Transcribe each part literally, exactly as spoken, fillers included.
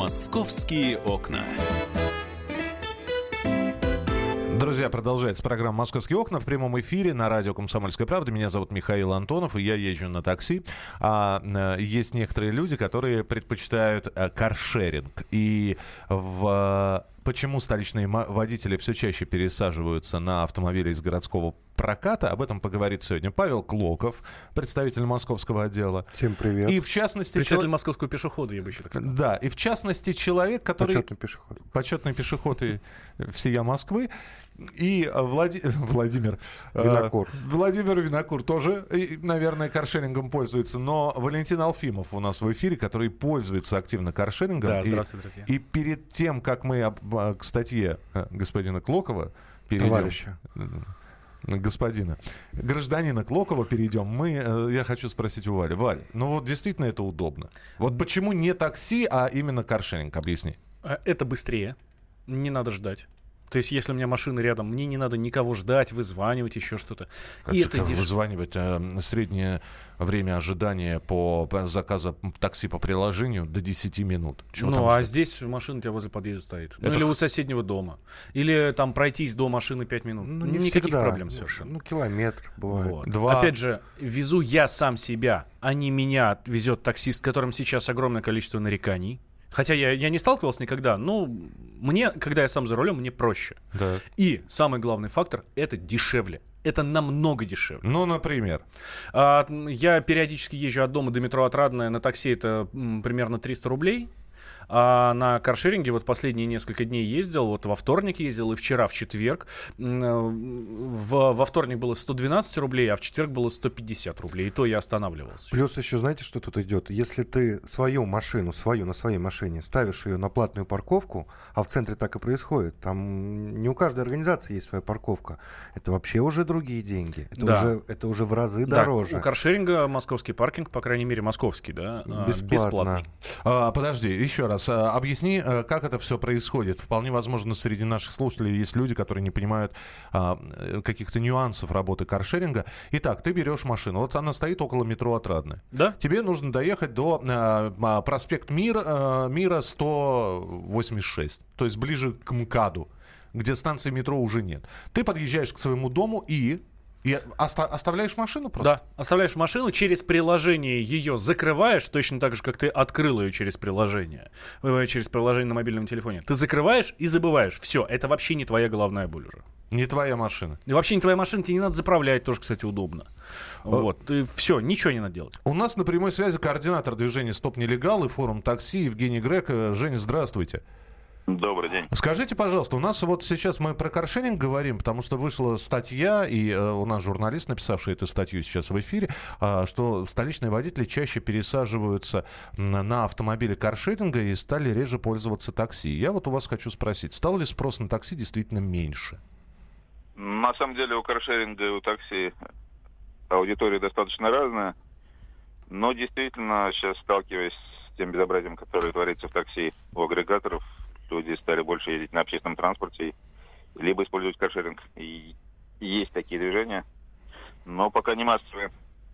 «Московские окна». Друзья, продолжается программа «Московские окна» в прямом эфире на радио «Комсомольская правда». Меня зовут Михаил Антонов, и я езжу на такси. А, а, есть некоторые люди, которые предпочитают а, каршеринг. И в... Почему столичные водители все чаще пересаживаются на автомобили из городского проката? Об этом поговорит сегодня Павел Клоков, представитель московского отдела. Всем привет. И в частности... Представитель чел... московского пешехода, я бы еще так сказал. Да, и в частности человек, который... Почетный пешеход. Почетный пешеход и всея Москвы. И Влади... Владимир... Винокур. Э, Владимир Винокур тоже, наверное, каршерингом пользуется. Но Валентин Алфимов у нас в эфире, который пользуется активно каршерингом. Да, и, здравствуйте, друзья. И перед тем, как мы к статье господина Клокова перейдем... Товарища. Господина. Гражданина Клокова перейдем. Мы, я хочу спросить у Вали. Валь, ну вот действительно это удобно. Вот почему не такси, а именно каршеринг? Объясни. Это быстрее. Не надо ждать. То есть, если у меня машина рядом, мне не надо никого ждать, вызванивать, еще что-то. Как, И это как деш... вызванивать? Э, среднее время ожидания по, по заказа такси по приложению до десять минут. Чего ну, там а ждать? здесь машина у тебя возле подъезда стоит. Это ну, или в... у соседнего дома. Или там пройтись до машины пять минут. Ну, не Никаких всегда. проблем совершенно. Ну, километр бывает. Вот. Два... Опять же, везу я сам себя, а не меня везет таксист, с которым сейчас огромное количество нареканий. Хотя я, я не сталкивался никогда, но мне, когда я сам за рулем, мне проще. Да. И самый главный фактор – это дешевле. Это намного дешевле. Ну, например. А, я периодически езжу от дома до метро Отрадное на такси, это м, примерно триста рублей. А на каршеринге вот последние несколько дней ездил, вот во вторник ездил и вчера в четверг. В, во вторник было сто двенадцать рублей, а в четверг было сто пятьдесят рублей. И то я останавливался. Плюс еще, знаете, что тут идет? Если ты свою машину, свою на своей машине, ставишь ее на платную парковку, а в центре так и происходит, там не у каждой организации есть своя парковка, это вообще уже другие деньги. Это, да. уже, это уже в разы да, дороже. У каршеринга московский паркинг, по крайней мере московский, да, Бесплатно. бесплатный. А, подожди, еще раз. Объясни, как это все происходит. Вполне возможно, среди наших слушателей есть люди, которые не понимают а, каких-то нюансов работы каршеринга. Итак, ты берешь машину. Вот она стоит около метро Отрадное. Да? Тебе нужно доехать до а, проспект Мир, а, Мира сто восемьдесят шесть. То есть ближе к МКАДу, где станции метро уже нет. Ты подъезжаешь к своему дому и... И оста- оставляешь машину просто? Да, оставляешь машину, через приложение ее закрываешь, точно так же, как ты открыл ее через приложение, через приложение на мобильном телефоне. Ты закрываешь и забываешь. Все, это вообще не твоя головная боль уже. Не твоя машина. И вообще не твоя машина, тебе не надо заправлять, тоже, кстати, удобно. Вот, и все, ничего не надо делать. У нас на прямой связи координатор движения «Стоп нелегал» и форум такси Евгений Грек. Женя, здравствуйте. Добрый день. Скажите, пожалуйста, у нас вот сейчас мы про каршеринг говорим, потому что вышла статья, и э, у нас журналист, написавший эту статью сейчас в эфире, э, что столичные водители чаще пересаживаются на, на автомобили каршеринга и стали реже пользоваться такси. Я вот у вас хочу спросить, стал ли спрос на такси действительно меньше? На самом деле у каршеринга и у такси аудитория достаточно разная, но действительно сейчас, сталкиваясь с тем безобразием, которое творится в такси у агрегаторов, люди стали больше ездить на общественном транспорте, либо использовать каршеринг. И есть такие движения, но пока не массовые.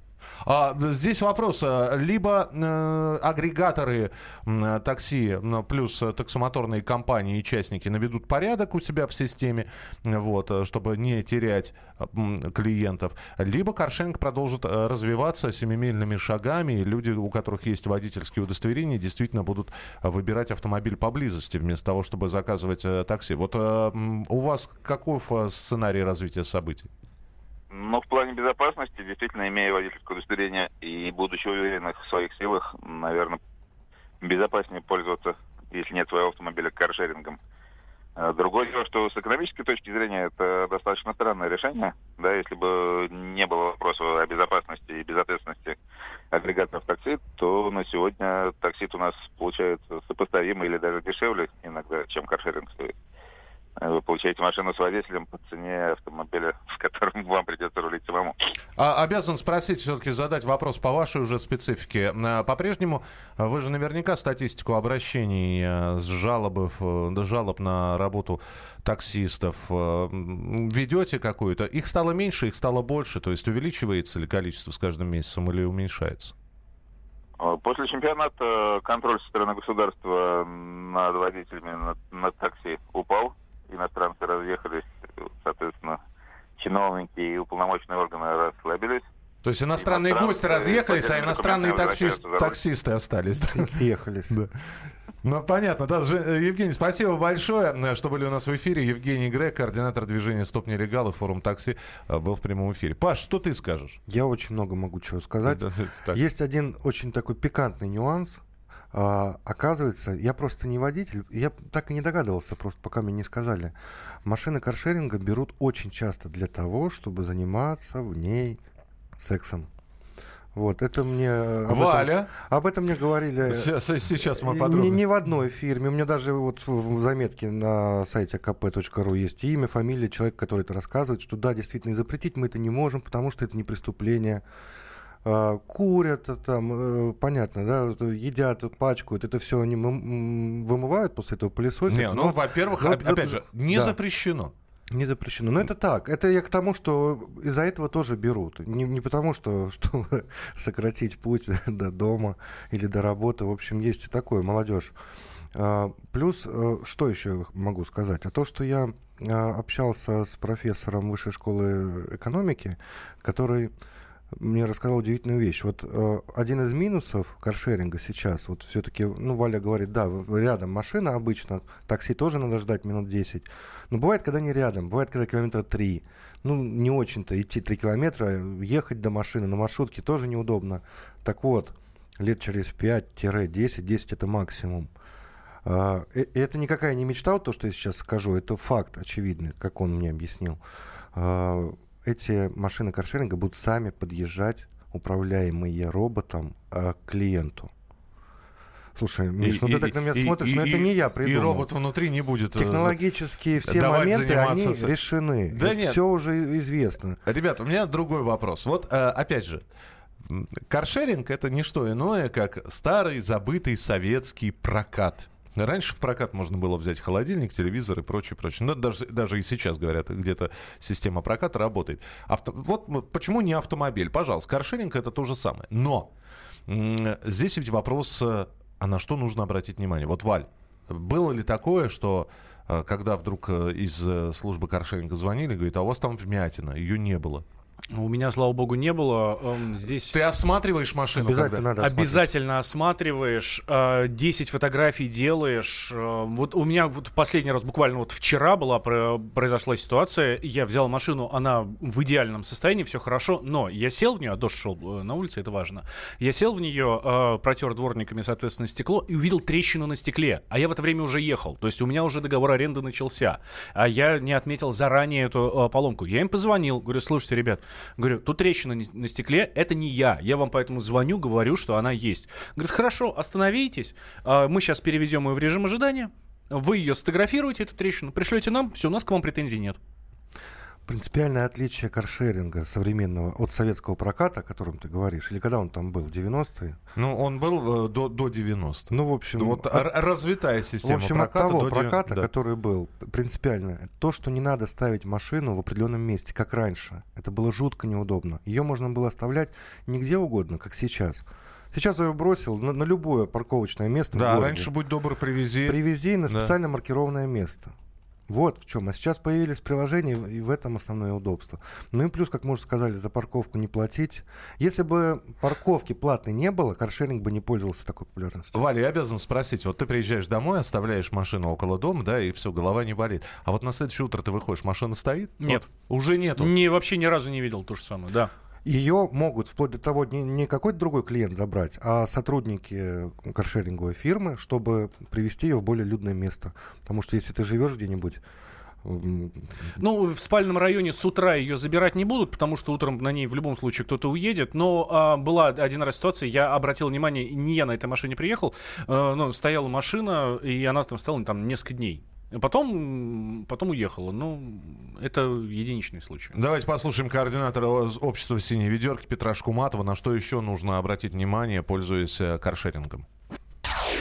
А, здесь вопрос. Либо э, агрегаторы э, такси э, плюс э, таксомоторные компании и частники наведут порядок у себя в системе, вот, чтобы не терять э, клиентов, либо каршеринг продолжит э, развиваться семимильными шагами, и люди, у которых есть водительские удостоверения, действительно будут выбирать автомобиль поблизости, вместо того, чтобы заказывать э, такси. Вот э, у вас каков э, сценарий развития событий? Но в плане безопасности, действительно, имея водительское удостоверение и будучи уверенных в своих силах, наверное, безопаснее пользоваться, если нет своего автомобиля, каршерингом. Другое дело, что с экономической точки зрения это достаточно странное решение. Да, если бы не было вопроса о безопасности и безответственности агрегаторов такси, то на сегодня таксит у нас получается сопоставимо или даже дешевле иногда, чем каршеринг стоит. Вы получаете машину с водителем по цене автомобиля, в котором вам придется рулить самому. А, обязан спросить, все-таки задать вопрос по вашей уже специфике. По-прежнему вы же наверняка статистику обращений с жалоб, жалоб на работу таксистов ведете какую-то? Их стало меньше, их стало больше? То есть увеличивается ли количество с каждым месяцем или уменьшается? После чемпионата контроль со стороны государства над водителями на, на такси упал. Иностранцы разъехались, соответственно, чиновники и уполномоченные органы расслабились. То есть иностранные гости разъехались, а иностранные таксист, таксисты остались. Съехались. Да. Ну, понятно. Да, Евгений, спасибо большое, что были у нас в эфире. Евгений Грек, координатор движения «Стоп нелегалы», форум такси, был в прямом эфире. Паш, что ты скажешь? Я очень много могу чего сказать. Да, да, Есть один очень такой пикантный нюанс. А, оказывается, я просто не водитель, я так и не догадывался, просто пока мне не сказали. Машины каршеринга берут очень часто для того, чтобы заниматься в ней сексом. Вот, это мне... Об Валя. Этом, об этом мне говорили... Сейчас, сейчас мы Не, подробно. не в одной фирме. У меня даже вот в заметке на сайте ка пэ точка ру есть имя, фамилия человека, который это рассказывает, что да, действительно, и запретить мы это не можем, потому что это не преступление. А, курят, там, понятно, да, едят, пачкают, это все они вымывают после этого пылесосят. Не, ну, но, во-первых, но, опять же, не да. запрещено. Не запрещено. Но это так. Это я к тому, что из-за этого тоже берут. Не, не потому, что чтобы сократить путь до дома или до работы. В общем, есть и такое, молодежь. А, плюс, что еще могу сказать? А то, что я а, общался с профессором Высшей школы экономики, который мне рассказал удивительную вещь. Вот э, один из минусов каршеринга сейчас, вот все-таки, ну, Валя говорит, да, рядом машина обычно, такси тоже надо ждать минут десять, но бывает, когда не рядом, бывает, когда километра три. Ну, не очень-то идти три километра, ехать до машины на маршрутке тоже неудобно. Так вот, лет через пять-десять, десять это максимум. Э, это никакая не мечта, вот то, что я сейчас скажу, это факт очевидный, как он мне объяснил. Э, Эти машины каршеринга будут сами подъезжать, управляемые роботом, к клиенту. Слушай, Миш, и, ну и, ты так на меня и, смотришь, и, но и, это не я придумал. И робот внутри не будет... Технологические все моменты, они с... решены. Да нет. Все уже известно. Ребята, у меня другой вопрос. Вот, опять же, каршеринг — это не что иное, как старый, забытый советский прокат. Раньше в прокат можно было взять холодильник, телевизор и прочее, прочее. Но даже, даже и сейчас, говорят, где-то система проката работает. Авто... Вот почему не автомобиль? Пожалуйста, каршеринг — это то же самое. Но м- здесь ведь вопрос, а на что нужно обратить внимание? Вот, Валь, было ли такое, что когда вдруг из службы каршеринга звонили, говорит, а у вас там вмятина, ее не было? У меня, слава богу, не было. Здесь... Ты осматриваешь машину? Обязательно когда? надо осматривать. Обязательно осматриваешь, десять фотографий делаешь. Вот у меня вот в последний раз, буквально вот вчера была, произошла ситуация, я взял машину, она в идеальном состоянии, все хорошо, но я сел в нее, а дождь шел на улице, это важно, я сел в нее, протер дворниками, соответственно, стекло и увидел трещину на стекле, а я в это время уже ехал, то есть у меня уже договор аренды начался, а я не отметил заранее эту поломку. Я им позвонил, говорю, слушайте, ребят, говорю, тут трещина на стекле, это не я. Я вам поэтому звоню, говорю, что она есть. Говорит, хорошо, остановитесь. Мы сейчас переведем ее в режим ожидания. Вы ее сфотографируете, эту трещину, пришлете нам, все, у нас к вам претензий нет. Принципиальное отличие каршеринга современного от советского проката, о котором ты говоришь, или когда он там был, в девяностые? Ну, он был э, до, до девяностых. Ну, в общем... Ну, вот от, развитая система проката. В общем, проката от того до проката, да. который был, принципиально, то, что не надо ставить машину в определенном месте, как раньше. Это было жутко неудобно. Ее можно было оставлять нигде угодно, как сейчас. Сейчас я ее бросил на, на любое парковочное место. Да, раньше, будь добр, привези. Привези на да. специально маркированное место. Вот в чем. А сейчас появились приложения, и в этом основное удобство. Ну и плюс, как мы уже сказали, за парковку не платить. Если бы парковки платной не было, каршеринг бы не пользовался такой популярностью. Валя, я обязан спросить. Вот ты приезжаешь домой, оставляешь машину около дома, да, и все, голова не болит. А вот на следующее утро ты выходишь, машина стоит? Нет. Вот, уже нету? Не, вообще ни разу не видел то же самое, да. Ее могут вплоть до того не, не какой-то другой клиент забрать, а сотрудники каршеринговой фирмы, чтобы привести ее в более людное место. Потому что если ты живешь где-нибудь... Ну, в спальном районе с утра ее забирать не будут, потому что утром на ней в любом случае кто-то уедет. Но а, была один раз ситуация, я обратил внимание, не я на этой машине приехал, а, но стояла машина, и она там стояла там несколько дней. Потом, потом уехала. Ну, это единичный случай. Давайте послушаем координатора общества «Синей ведерки» Петра Шкуматова. На что еще нужно обратить внимание, пользуясь каршерингом?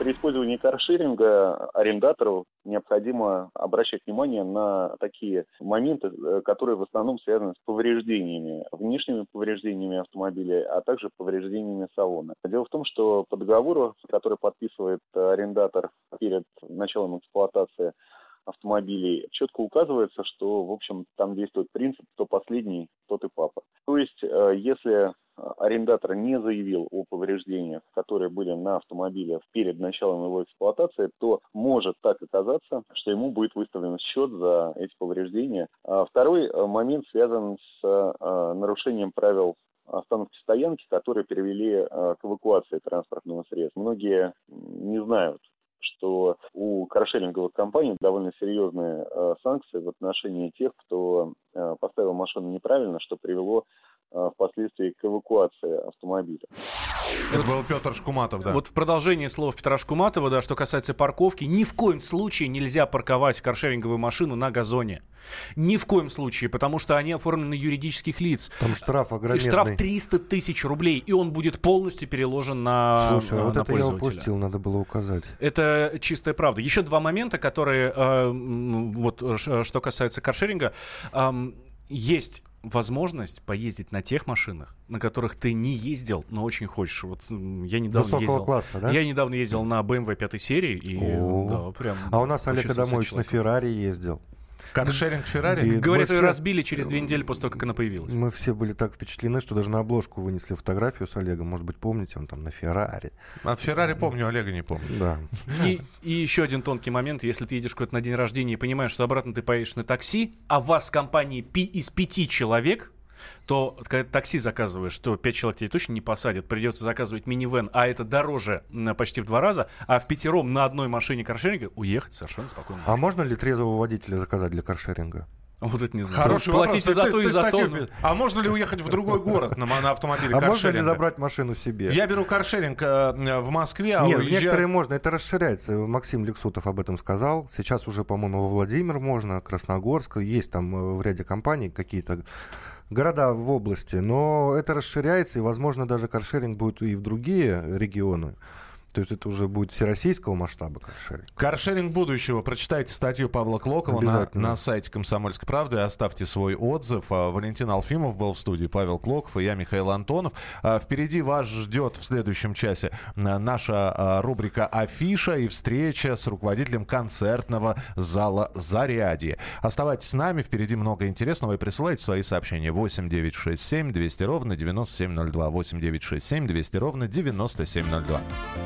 При использовании каршеринга арендатору необходимо обращать внимание на такие моменты, которые в основном связаны с повреждениями, внешними повреждениями автомобиля, а также повреждениями салона. Дело в том, что по договору, который подписывает арендатор перед началом эксплуатации автомобилей, четко указывается, что, в общем, там действует принцип «кто последний, тот и папа». То есть, если арендатор не заявил о повреждениях, которые были на автомобиле перед началом его эксплуатации, то может так оказаться, что ему будет выставлен счет за эти повреждения. Второй момент связан с нарушением правил остановки-стоянки, которые привели к эвакуации транспортного средства. Многие не знают, что у каршеринговых компаний довольно серьезные э, санкции в отношении тех, кто э, поставил машину неправильно, что привело э, впоследствии к эвакуации автомобиля. Это был Петр Шкуматов, да. Вот в продолжении слов Петра Шкуматова, да, что касается парковки, ни в коем случае нельзя парковать каршеринговую машину на газоне. Ни в коем случае, потому что они оформлены на юридических лиц. Там штраф огромный. И штраф триста тысяч рублей, и он будет полностью переложен на, Слушай, а на вот это пользователя. я упустил, надо было указать. Это чистая правда. Еще два момента, которые, э, вот, что касается каршеринга. Э, есть возможность поездить на тех машинах, на которых ты не ездил, но очень хочешь. Вот я недавно Высокого ездил. класса, да? Я недавно ездил на бэ эм вэ пятой серии, и да, прям. А у нас Олег Адамович на Феррари ездил. Каршеринг Феррари? И Говорят, мы ее все- разбили через две недели после того, как она появилась. Мы все были так впечатлены, что даже на обложку вынесли фотографию с Олегом. Может быть, помните, он там на Феррари. А Феррари помню, Олега не помню. Да. И, и еще один тонкий момент. Если ты едешь куда-то на день рождения и понимаешь, что обратно ты поедешь на такси, а вас в компании пи- из пяти человек, то когда ты такси заказываешь, то пять человек тебе точно не посадят. Придется заказывать минивэн, а это дороже м, почти в два раза. А в пятером на одной машине каршеринга уехать совершенно спокойно. А можно ли трезвого водителя заказать для каршеринга? Вот это не знаю. Хороший Платите вопрос. за Ты- то ты и за то. статью ну. пи- А можно ли уехать в другой город на, на автомобиле А можно ли каршеринга? забрать машину себе? Я беру каршеринг э, в Москве, а Нет, уезжаю- некоторые можно, это расширяется. Максим Лексутов об этом сказал. Сейчас уже, по-моему, во Владимир можно, Красногорск. Есть там э, в ряде компаний какие-то города в области. Но это расширяется, и, возможно, даже каршеринг будет и в другие регионы. То есть это уже будет всероссийского масштаба каршеринг. Каршеринг будущего. Прочитайте статью Павла Клокова на, Обязательно. на сайте «Комсомольской правды». Оставьте свой отзыв. А, Валентин Алфимов был в студии, Павел Клоков и я, Михаил Антонов. А, Впереди вас ждет в следующем часе а, наша а, рубрика «Афиша» и встреча с руководителем концертного зала «Зарядье». Оставайтесь с нами. Впереди много интересного. И присылайте свои сообщения. восемь девятьсот шестьдесят семь двести ровно девяносто семь ноль два. восемь девятьсот шестьдесят семь двести ровно девяносто семь ноль два.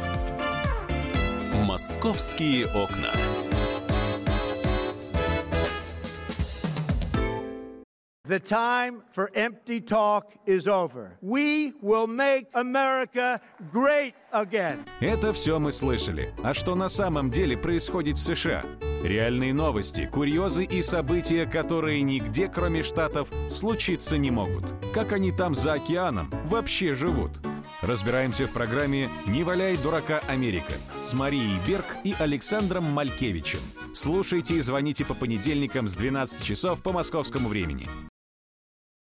«Московские окна». The time for empty talk is over. We will make America great again. Это все мы слышали. А что на самом деле происходит в США? Реальные новости, курьезы и события, которые нигде, кроме Штатов, случиться не могут. Как они там за океаном вообще живут? Разбираемся в программе «Не валяй дурака, Америка» с Марией Берг и Александром Малькевичем. Слушайте и звоните по понедельникам с двенадцати часов по московскому времени.